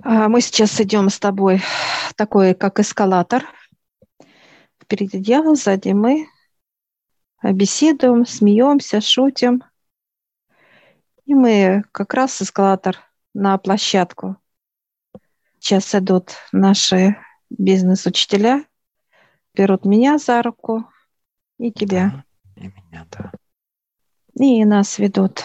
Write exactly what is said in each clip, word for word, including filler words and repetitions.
А, Мы сейчас идем с тобой такой, как эскалатор. Впереди я, сзади мы. а, Беседуем, смеемся, шутим. И мы как раз эскалатор на площадку. Сейчас идут наши бизнес-учителя, берут меня за руку и тебя. Да, и меня, да. И нас ведут.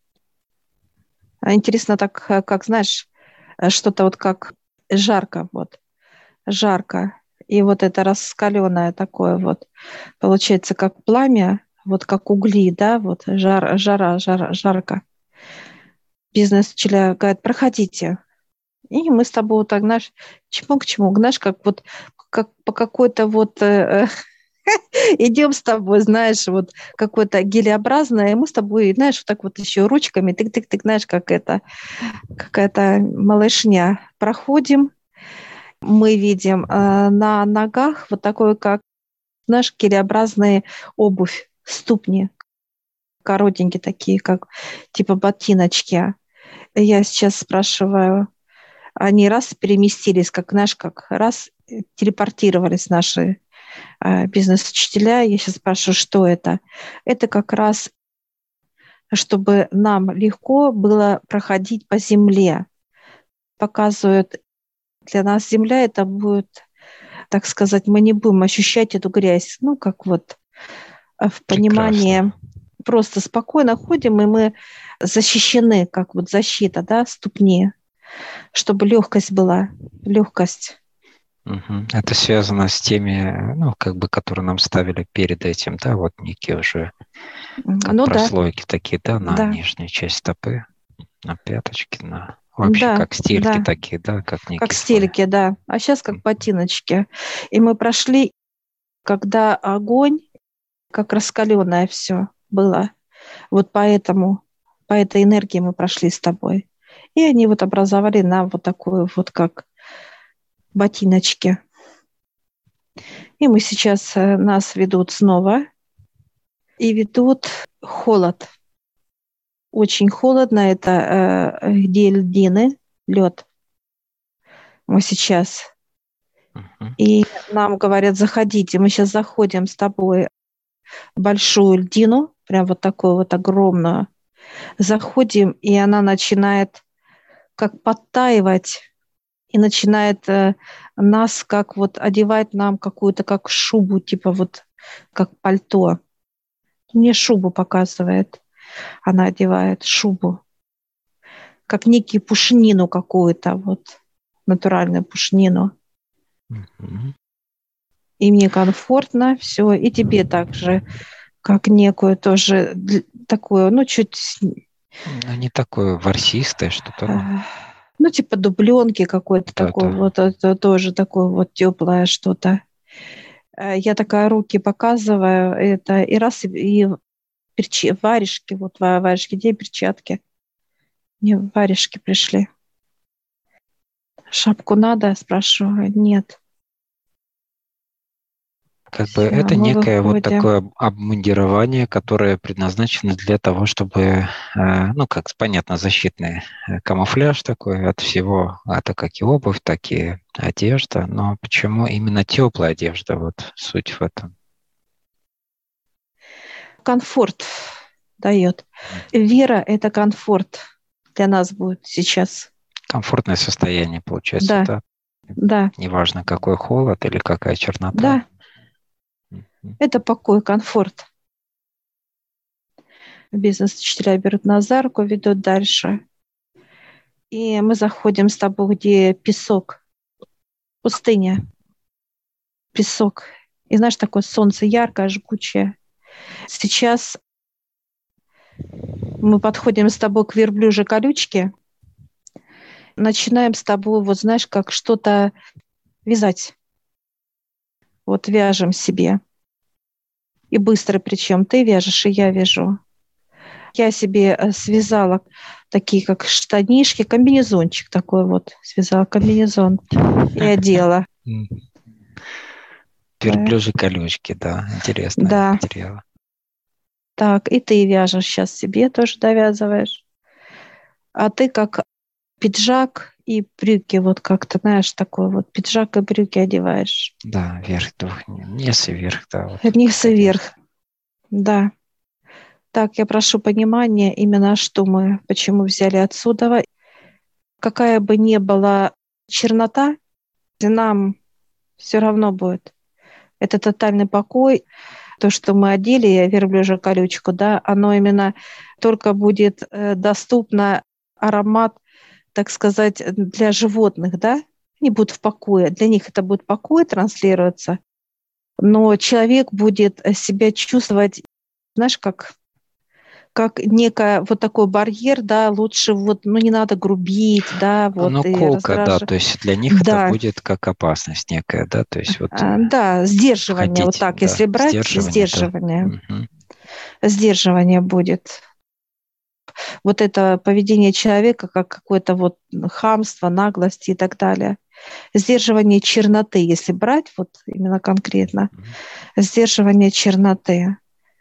А Интересно так, э, как, знаешь, э, что-то вот как жарко, вот, жарко. И вот это раскаленное такое вот, получается, как пламя, вот как угли, да, вот жар, жара, жара, жарко. Бизнес-учителя говорят, проходите. И мы с тобой вот так, знаешь, чему к чему, знаешь, как вот как по какой-то вот э, идем с тобой, знаешь, вот какое-то гелеобразное, и мы с тобой, знаешь, вот так вот еще ручками, тык-тык-тык, знаешь, как это, какая-то малышня. Проходим, мы видим э, на ногах вот такое, как, знаешь, гелеобразные обувь, ступни, коротенькие такие, как типа ботиночки. Я сейчас спрашиваю, они раз переместились, как, знаешь, как раз э, телепортировались наши э, бизнес-учителя. Я сейчас спрашиваю, что это? Это как раз, чтобы нам легко было проходить по земле. Показывают, для нас земля это будет, так сказать, мы не будем ощущать эту грязь. Ну, как вот э, в понимании Прекрасно. просто спокойно ходим, и мы защищены, как вот защита, да, ступни, чтобы легкость была, легкость. Мгм. Это связано с теми, ну, как бы, которые нам ставили перед этим, да, вот некие уже, как Ну да, прослойки такие, да, на да, нижнюю часть стопы, на пяточки, на вообще да, как стельки да, такие, да, как как некий слой. стельки, да, а сейчас как М, ботиночки. И мы прошли, когда огонь, как раскаленное все было. Вот поэтому, по этой энергии мы прошли с тобой. И они вот образовали нам вот такую вот как ботиночки. И мы сейчас, э, нас ведут снова и ведут холод. Очень холодно, это э, где льдины, лед. Мы сейчас. мгм. И нам говорят, заходите. Мы сейчас заходим с тобой в большую льдину, прям вот такую вот огромную. Заходим, и она начинает как подтаивать, и начинает э, нас как вот одевать нам какую-то как шубу, типа вот как пальто. Мне шубу показывает. Она одевает шубу, как некий пушнину какую-то, вот натуральную пушнину. Мгм. И мне комфортно, все, и тебе также, как некую тоже дл- такую, ну, чуть, с- Ну, не такое ворсистое что-то, э, ну, ну, типа дубленки какой-то такой, да-да. вот это тоже такое вот теплое что-то. Э, Я такая руки показываю, это и раз, и и перчи- варежки, вот ва- варежки, где перчатки? Мне варежки пришли. Шапку надо? Спрашиваю. Нет. Как бы Все, это мы некое вот выходим. такое об- обмундирование, которое предназначено для того, чтобы, э, ну, как понятно, защитный э, камуфляж такой от всего, это как и обувь, так и одежда. Но почему именно теплая одежда? Вот суть в этом. Комфорт дает. М. Вера– это комфорт для нас будет сейчас. Комфортное состояние получается, Да, да? да, Неважно, какой холод или какая чернота. да. Мгм. Это покой, комфорт. Бизнес-учителя берут нас за руку, ведут дальше. И мы заходим с тобой, где песок, пустыня, песок. И знаешь, такое солнце яркое, жгучее. Сейчас мы подходим с тобой к верблюжьей колючке, начинаем с тобой, вот знаешь, как что-то вязать. Вот вяжем себе. И быстро причем ты вяжешь, и я вяжу. Я себе э, связала такие, как штанишки, комбинезончик такой вот. Связала комбинезон и одела. М. Да. Верблюжьи колючки, да, интересный Да. материал. Так, и ты вяжешь сейчас себе, тоже довязываешь. А ты как пиджак и брюки, вот как-то, знаешь, такой вот пиджак и брюки одеваешь. Да, верх, двух, низ и верх, да, вот Низ как и верх, одежда. да. Так, я прошу понимания, именно что мы, почему взяли отсюда. Какая бы ни была чернота, нам все равно будет. Это тотальный покой. То, что мы одели, я верблюжью колючку, да, оно именно только будет э, доступно аромат, так сказать, для животных, да, они будут в покое. Для них это будет покой транслироваться, но человек будет себя чувствовать, знаешь, как как некая вот такой барьер, да, лучше вот, ну, не надо грубить, да, вот, Ну, и колка, да, раздражать. то есть для них это Да, будет как опасность некая, да, то есть вот а, э, да, сдерживание, вот входить, так, если да, брать, сдерживание, да. сдерживание, Мгм. сдерживание будет. Вот это поведение человека, как какое-то вот хамство, наглость и так далее. Сдерживание черноты, если брать вот именно конкретно, сдерживание черноты.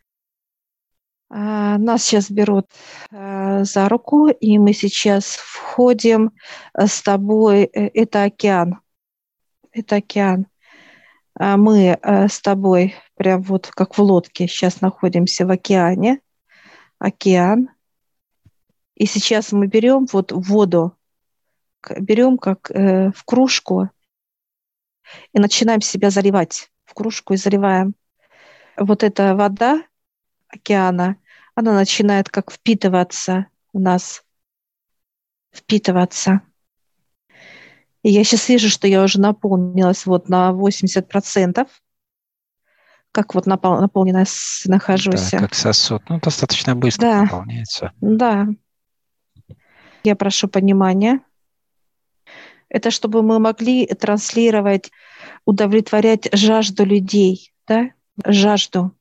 А, Нас сейчас берут э, за руку, и мы сейчас входим э, с тобой. э, Это океан. Это океан. А Мы э, с тобой прям вот как в лодке сейчас находимся в океане. Океан. И сейчас мы берем вот воду, к- берем как э, в кружку и начинаем себя заливать. В кружку и заливаем. Вот эта вода океана, она начинает как впитываться у нас, впитываться. И я сейчас вижу, что я уже наполнилась вот на восемьдесят процентов, как вот напол- наполнена с- Да, нахожусь. как сосуд, ну, достаточно быстро Да, наполняется. да, я прошу понимания. Это чтобы мы могли транслировать, удовлетворять жажду людей, да, жажду.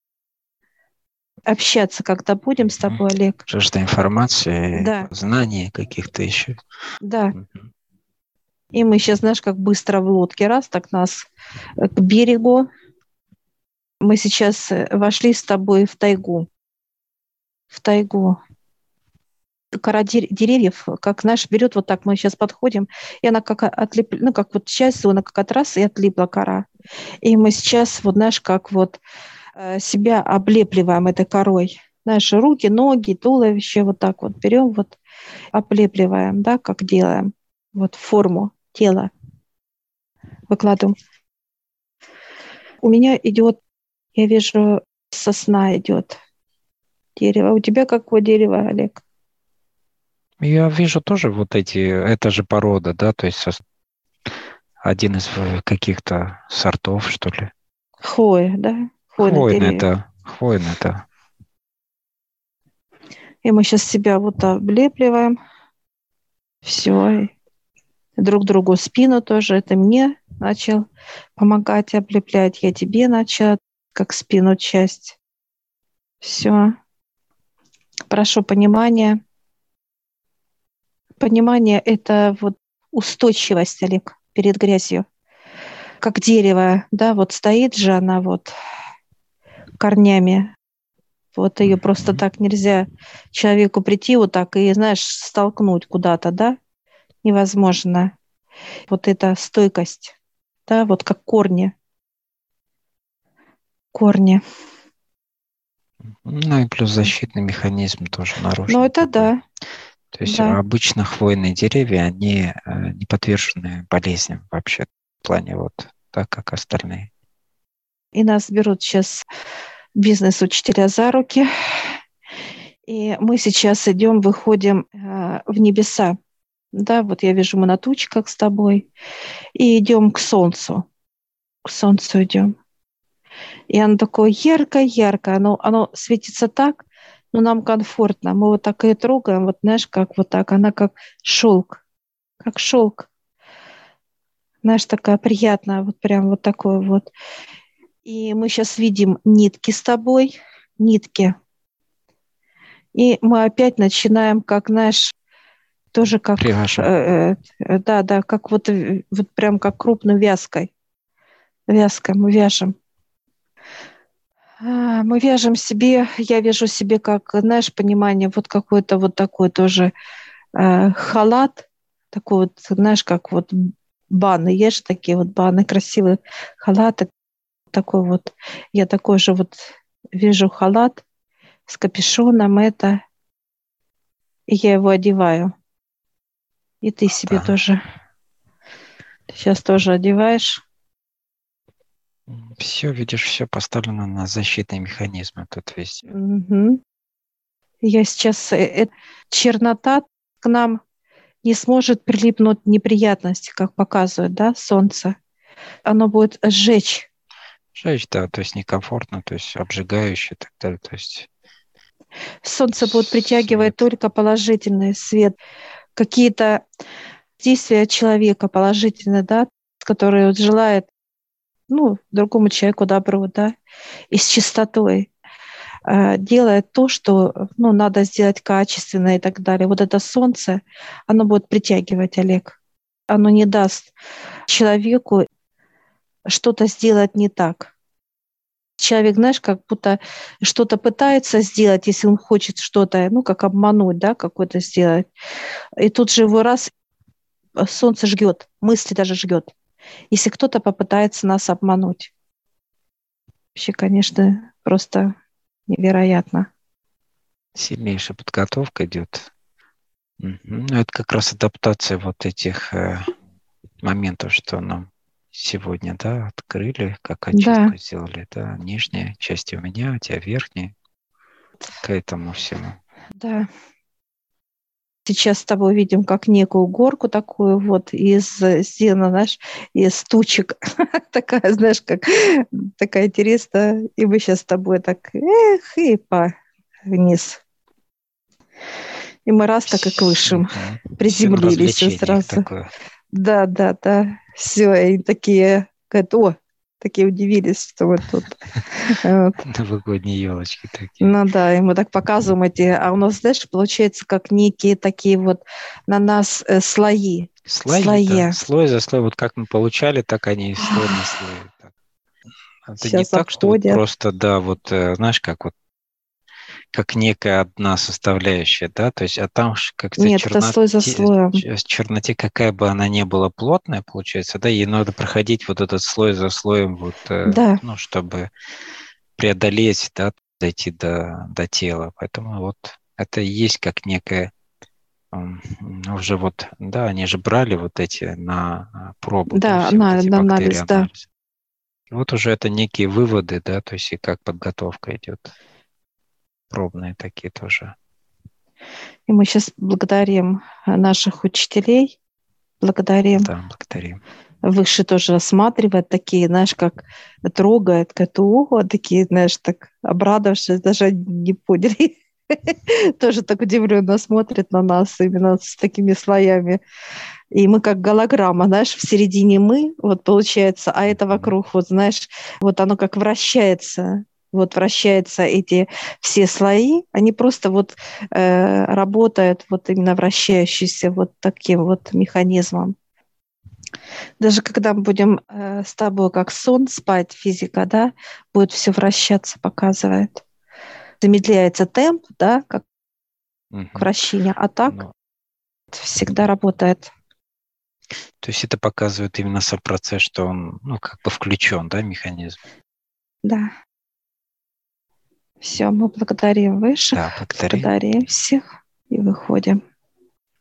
Общаться когда будем с Мгм. тобой, Олег? Жажда информации, Да, знаний каких-то еще. да. Мгм. И мы сейчас, знаешь, как быстро в лодке, раз, так нас э, к берегу. Мы сейчас э, вошли с тобой в тайгу, в тайгу. Кора дер- деревьев, как, знаешь, берет вот так, мы сейчас подходим, и она как отлип, ну, как вот часть зоны, как от раз, и отлипла кора. И мы сейчас, вот, знаешь, как вот э, себя облепливаем этой корой. Знаешь, руки, ноги, туловище, вот так вот берем, вот облепливаем, да, как делаем, вот форму тела выкладываем. У меня идет, я вижу, сосна идет, дерево. У тебя какое дерево, Олег? Я вижу тоже вот эти, это же порода, да, то есть сос- один из э, каких-то сортов, что ли. Хвоя, да? Хвойных Хвойный, деревьев. да, хвойный, да. И мы сейчас себя вот облепливаем. Все. Друг другу спину тоже. Это мне начал помогать облеплять. Я тебе начала как спину часть. Все. Прошу понимания. Понимание – это вот устойчивость, Олег, перед грязью. Как дерево, да, вот стоит же она вот корнями. Вот ее просто Мгм. так нельзя человеку прийти вот так и, знаешь, столкнуть куда-то, да, невозможно. Вот эта стойкость, да, вот как корни, корни. Ну и плюс защитный механизм тоже Ну, нарушен это такой. да, То есть да. обычно хвойные деревья, они э, не подвержены болезням вообще в плане вот так, как остальные. И нас берут сейчас бизнес-учителя за руки, и мы сейчас идем, выходим э, в небеса. Да, вот я вижу, мы на тучках с тобой, и идем к солнцу, к солнцу идем. И оно такое яркое-яркое, оно, оно светится так, но нам комфортно. Мы вот так и трогаем, вот знаешь, как вот так, она как шелк, как шелк. Знаешь, такая приятная, вот прям вот такое вот. И мы сейчас видим нитки с тобой, нитки. И мы опять начинаем, как, знаешь, тоже как, Пряжа. э, э, да, да, как вот, э, вот прям как крупной вязкой. Вязкой мы вяжем. А, Мы вяжем себе, я вяжу себе как, знаешь, понимание, вот какой-то вот такой тоже э, халат, такой вот, знаешь, как вот баны, ешь такие вот баны, красивые халаты, такой вот, я такой же вот вижу халат с капюшоном, это, и я его одеваю. И ты себе Да. тоже сейчас тоже одеваешь. Все, видишь, все поставлено на защитные механизмы тут везде. Мгм. Я сейчас... э, э, чернота к нам не сможет прилипнуть неприятности, как показывает, да, солнце. Оно будет сжечь. Жесть, да, то есть некомфортно, то есть обжигающе и так далее, то есть Солнце будет притягивать свет. только положительный свет. Какие-то действия человека положительные, да, которые вот желает, ну, другому человеку добро, да, и с чистотой э, делает то, что, ну, надо сделать качественно и так далее. Вот это солнце, оно будет притягивать, Олег. Оно не даст человеку что-то сделать не так. Человек, знаешь, как будто что-то пытается сделать, если он хочет что-то, ну, как обмануть, да, какое-то сделать. И тут же его раз солнце жгет, мысли даже жгет. Если кто-то попытается нас обмануть. Вообще, конечно, просто невероятно. Сильнейшая подготовка идет. Мгм. Ну, это как раз адаптация вот этих э, моментов, что нам сегодня, да, открыли, как Да, очистку сделали, да, нижняя часть у меня, у тебя верхняя, к этому всему. да. Сейчас с тобой видим как некую горку такую вот из э, сделана, знаешь, из тучек. Такая, знаешь, как такая интересная. И мы сейчас с тобой так эх, и по вниз. И мы раз так и к высшим Все на приземлились и развлечениях сразу. такое. Да, да, да. Все, и такие, говорят, о, такие удивились, что мы тут. Вот. Новогодние елочки такие. Ну да, и мы так показываем эти, а у нас, знаешь, получается как некие такие вот на нас э, слои. Слои, да, Слои. слой за слой. Вот как мы получали, так они и слой на слой. Так. Это не Сейчас так, что вот обходят. просто, да, вот, э, знаешь, как вот как некая одна составляющая, да, то есть, а там ж как-то Нет, это черноте, слой за слоем. ч- черноте, какая бы она ни была плотная, получается, да, ей надо проходить вот этот слой за слоем, вот, э, Да, ну, чтобы преодолеть, да, дойти до, до тела. Поэтому вот это и есть как некая м, уже вот, да, они же брали вот эти на а, пробу, да, да, все вот на, эти на бактерии, анализ, да. анализ. И вот уже это некие выводы, да, то есть и как подготовка идет, пробные такие тоже. И мы сейчас благодарим э, наших учителей, благодарим. Да, благодарим. Выше тоже рассматривает такие, знаешь, как трогает, как о, такие, знаешь, так обрадовавшись, даже не поняли. Тоже так удивленно смотрит на нас именно с такими слоями. И мы как голограмма, знаешь, в середине мы, вот получается, а это Мгм. вокруг, вот знаешь, вот оно как вращается, вот вращаются эти все слои, они просто вот э, работают вот именно вращающимся вот таким вот механизмом. Даже когда мы будем э, с тобой как сон спать, физика, да, будет все вращаться, показывает. Замедляется темп, да, как Мгм. вращение, а так Ну, всегда работает. то есть это показывает именно сам процесс, что он, ну, как бы включен, да, механизм. Да. Все, мы благодарим высших, Да, благодарим. благодарим всех и выходим.